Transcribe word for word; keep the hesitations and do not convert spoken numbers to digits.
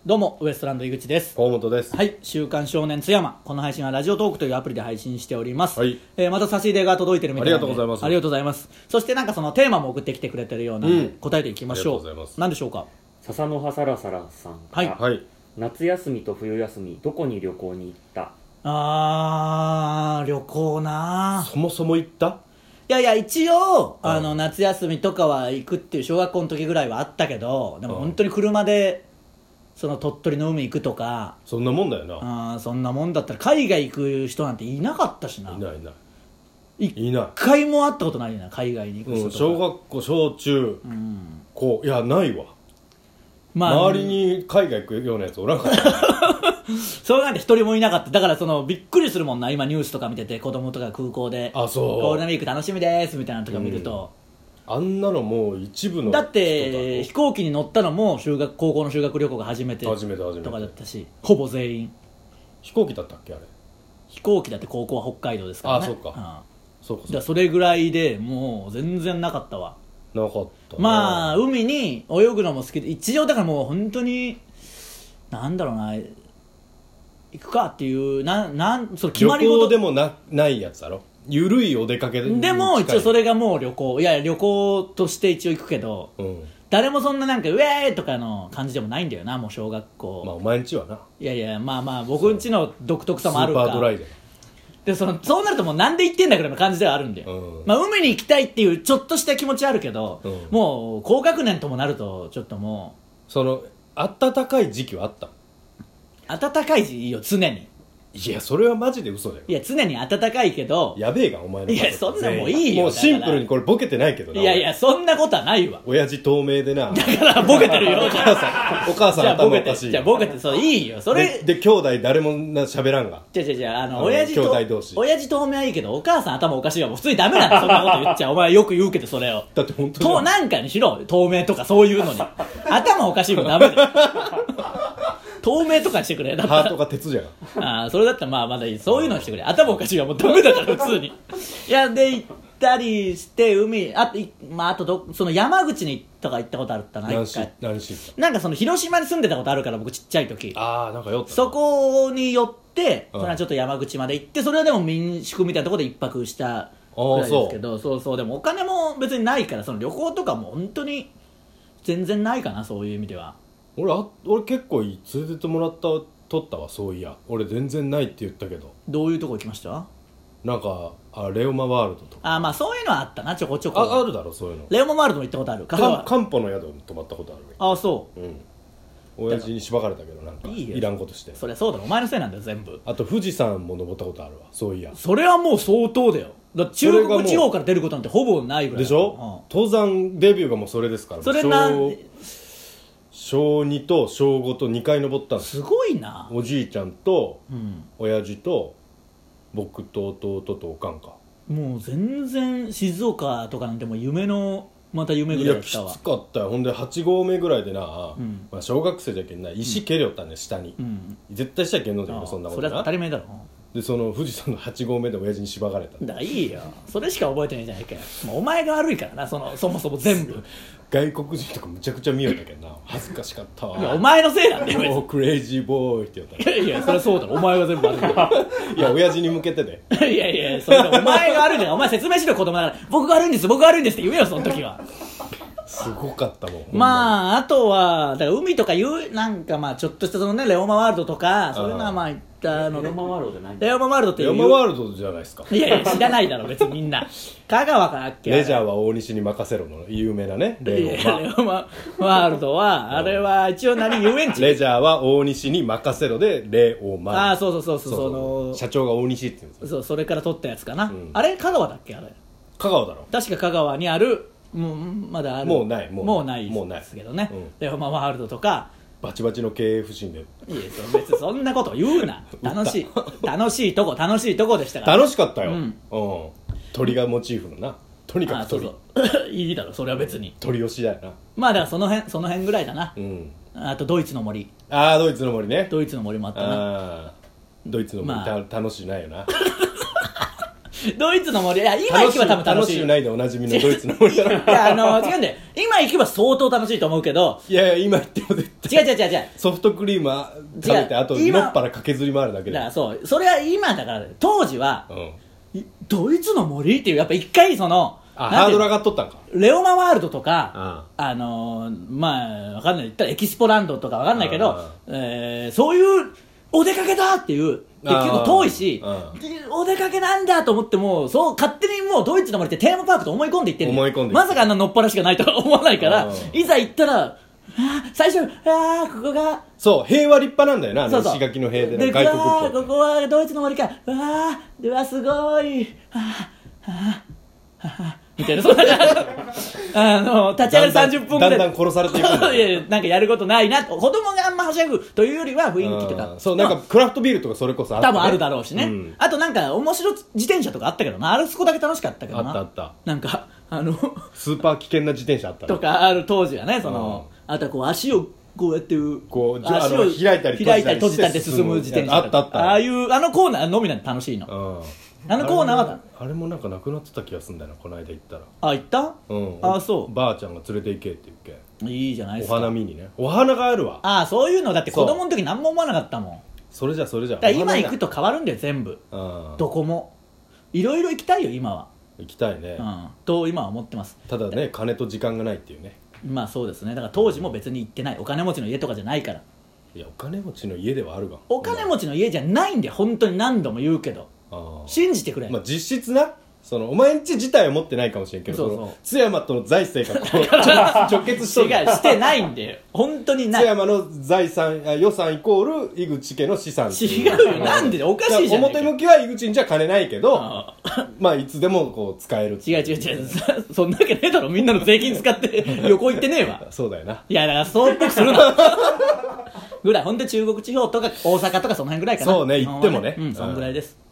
どうもウエストランド井口です。 河本です。 はい、週刊少年津山、この配信はラジオトークというアプリで配信しております。 はい、 えー、また差し入れが届いてるみたいなのでありがとうございます。 ありがとうございます。そしてなんかそのテーマも送ってきてくれてるようなので、うん、答えていきましょう。 ありがとうございます。 何でしょうか。 笹の葉サラサラさんから、 はい、 夏休みと冬休みどこに旅行に行った？ あー、旅行なそもそも行った？ いやいや一応、あの夏休みとかは行くっていう小学校の時ぐらいはあったけど、でも本当に車でその鳥取の海行くとか、 そんなもんだよな。 あー、そんなもんだったら海外行く人なんていなかったしな。 いないいないいない。 一回も会ったことないな、海外に行く人とか、 うん、小学校小中、うん、こういやないわ、まあ、周りに海外行くようなやつおらんかったそうなんて一人もいなかった。だからそのびっくりするもんな、今ニュースとか見てて、子供とか空港であそうゴールデンウィーク楽しみですみたいなのとか見ると、 うん、あんなのもう一部のだって飛行機に乗ったのも修学高校の修学旅行が初めてとかだったし、ほぼ全員飛行機だったっけ。あれ飛行機だって高校は北海道ですからね。 あそうか、うん、そうかそうか。 だそれぐらいでもう全然なかったわ。 なかった。 まあ海に泳ぐのも好きで、一応だからもう本当になんだろうな、行くかっていうななんその決まり事旅行でも な, ないやつだろ。ゆるいお出かけででも一応それがもう旅行、いや旅行として一応行くけど、うん、誰もそんななんかウェーとかの感じでもないんだよな、もう小学校。 まあお前んちはな。 いやいやまあまあ僕んちの独特さもあるか。 スーパードライででそのそうなるともうなんで行ってんだぐらいの感じではあるんだよ、うん、まあ海に行きたいっていうちょっとした気持ちはあるけど、うん、もう高学年ともなるとちょっともうその暖かい時期はあった。 暖かい時いいよ常に。 いやそれはマジで嘘だよ。 いや常に暖かいけどやべえがお前の。 いやそんなもういいよ。 もうシンプルにこれボケてないけどな。 いやいやそんなことはないわ。 親父透明でな。 だからボケてるよ。 お母さんお母さん頭おかしい。 じゃあボケてそういいよそれで, で兄弟誰もな喋らんが。 じゃじゃじゃあの親父と兄弟同士親父透明はいいけどお母さん頭おかしいはもう普通にダメなんだ。そんなこと言っちゃお前よく言うけどそれを。 だって本当となんかにしろ透明とかそういうのに頭おかしいもダメだよ。透明とかしてくれ。だったらハートが鉄じゃん。 ああそれだったらまあまだいい。そういうのにしてくれ。頭おかしいはもうダメだから普通に。いやで行ったりして海あと、まあ、あとどその山口にとか行ったことあるったな一回。 何し行った？ なんかその広島に住んでたことあるから僕ちっちゃい時。 ああなんか酔った。 そこに寄ってそれはちょっと山口まで行って、それはでも民宿みたいなところで一泊したぐらいですけど、そうそうでもお金も別にないからその旅行とかも本当に全然ないかな、そういう意味では。 俺あ俺結構連れてってもらった取ったわ。そういや俺全然ないって言ったけど。 どういうとこ行きました？ なんかあレオマワールドとか。 あまあそういうのはあったな、ちょこちょこ。 ああるだろそういうの。 レオマワールドも行ったことある。 かん漢方の宿に泊まったことある。 ああそう。 うん親父にしばかれたけどなんかいいらんことして。 そりゃそうだろ、お前のせいなんだよ全部。 あと富士山も登ったことあるわ。そういやそれはもう相当だよ。だ中国地方から出ることなんてほぼないぐらいでしょ、うん、登山デビューがもうそれですから。 それなん小にと小ごとにかい登ったんです。 すごいな。 おじいちゃんと、うん、親父と僕と弟とおかんか。 もう全然静岡とかなんてもう夢のまた夢ぐらいだったわ。 いやきつかったよ。ほんではち合目ぐらいでな、うんまあ、小学生じゃけんな石蹴りよったんね、うん、下に、うん、絶対しちゃいけんのじゃんそんなことな。 それは当たり前だろ。 でその富士山のはち合目で親父にしばかれた。 だいいよそれしか覚えてないじゃないかよ。もうお前が悪いからな、そのそもそも全部外国人とかむちゃくちゃ見よったけんな恥ずかしかったわ。 いやお前のせいなんだよ。 もうクレイジーボーイって言った。 いやいやそれそうだろ、お前が全部悪いからいや親父に向けてでいやいやそれでお前が悪いんだよ。お前説明しろ子供だから。僕が悪いんです僕が悪いんですって言えよその時は。 すごかったもん。 まああとはだから海とかいうなんかまあちょっとしたそのねレオマワールドとかそういうのはまあ行ったの。 レオマワールドじゃない。 レオマワールドっていう。 レオマワールドじゃないですか。 いやいや知らないだろ別にみんな。香川からっけ。 レジャーは大西に任せろの有名なねレオマ。 レオマワールドはあれは一応何遊園地。 レジャーは大西に任せろでレオマ。 ああそうそうそうそう。その社長が大西って言うんですよ。 そうそれから取ったやつかな、うん、あれ香川だっけ。あれ香川だろ確か香川にある。もうまだある。 もうないもうもうないですけどね、うん、レオマワールドとかバチバチの経営不振で。 いや別にそんなこと言うな楽しい楽しいとこ楽しいとこでしたから。 楽しかったよ、 うんうん、鳥がモチーフのな。とにかく鳥。 そうそういいだろそれは別に鳥推しだよな。 まあだからその辺その辺ぐらいだな、うん、あとドイツの森。 ああドイツの森ね。 ドイツの森もあったな。 あドイツの森、まあ、楽しいないよなドイツの森、いや今行けば多分楽しい。 楽しくないでおなじみのドイツの森だろ。 いやあの違うんだよ、今行けば相当楽しいと思うけど、 いやいや今言っても絶対違う違う違う違うソフトクリーム食べてあとのっぱら駆けずり回るだけで。 だからそうそれは今だから、当時は、 うん、 ドイツの森っていうやっぱ一回そのあハードル上がっとったんか。 レオマワールドとか、 ああのー、まあわかんない言ったらエキスポランドとかわかんないけど、えー、そういうお出かけだっていうで結構遠いし、お出かけなんだと思ってもそう勝手にもうドイツの森ってテーマパークと思い込んでいってる思い込んでまさかあんなのっぱらしかないとは思わないからいざ行ったらあ最初あーここがそう平和立派なんだよな、あそうそうの石垣の塀でで外国っわーぽい。 ここはドイツの森かわーではすごいはーはーはーみたいなそんなあの立ち上がりさんじゅっぷんぐらいだんだん殺されていくんだよいやいやなんかやることないな子供があんまはしゃぐというよりは雰囲気とかそうなんかクラフトビールとかそれこそあった、ね、 多分あるだろうしね、 うん、 あとなんか面白自転車とかあったけどなあれそこだけ楽しかったけどなあったあったなんかあのスーパー危険な自転車あったねとかある当時はねその、うん、あとはこう足をこうやってこう足を開いたり開いたり閉じたりで進む自転車あったあったああいうあのコーナーのみなんて楽しいの、 うんあのコーナーはあれもなんかなくなってた気がするんだよなこの間行ったら。 あ行った、 うん、 あそうばあちゃんが連れて行けって言うけいいじゃないですかお花見にねお花があるわ。 ああそういうのだって子供の時何も思わなかったもん。 それじゃそれじゃだから今行くと変わるんだよ全部、 うん、 どこもいろいろ行きたいよ今は。 行きたいね、 うん、と今は思ってます。 ただね金と時間がないっていうね。 まあそうですね。だから当時も別に行ってないお金持ちの家とかじゃないから。 いやお金持ちの家ではあるがお金持ちの家じゃないんで本当に何度も言うけどあ信じてくれ、 まあ、実質なそのお前んち自体は持ってないかもしれんけどそうそうその津山との財政がこう直結しとる違うしてないんで本当にない。 津山の財産あ予算イコール井口家の資産ってい違うよなんでおかしいじゃん。 表向きは井口んじゃ金ないけどまあいつでもこう使えるって違う違う違う そ, そんなわけねえだろみんなの税金使って旅行行ってねえわ。 そうだよないやだからそうっぽくするのぐらい本当に中国地方とか大阪とかその辺ぐらいかな。 そうね行ってもねうんそんぐらいです。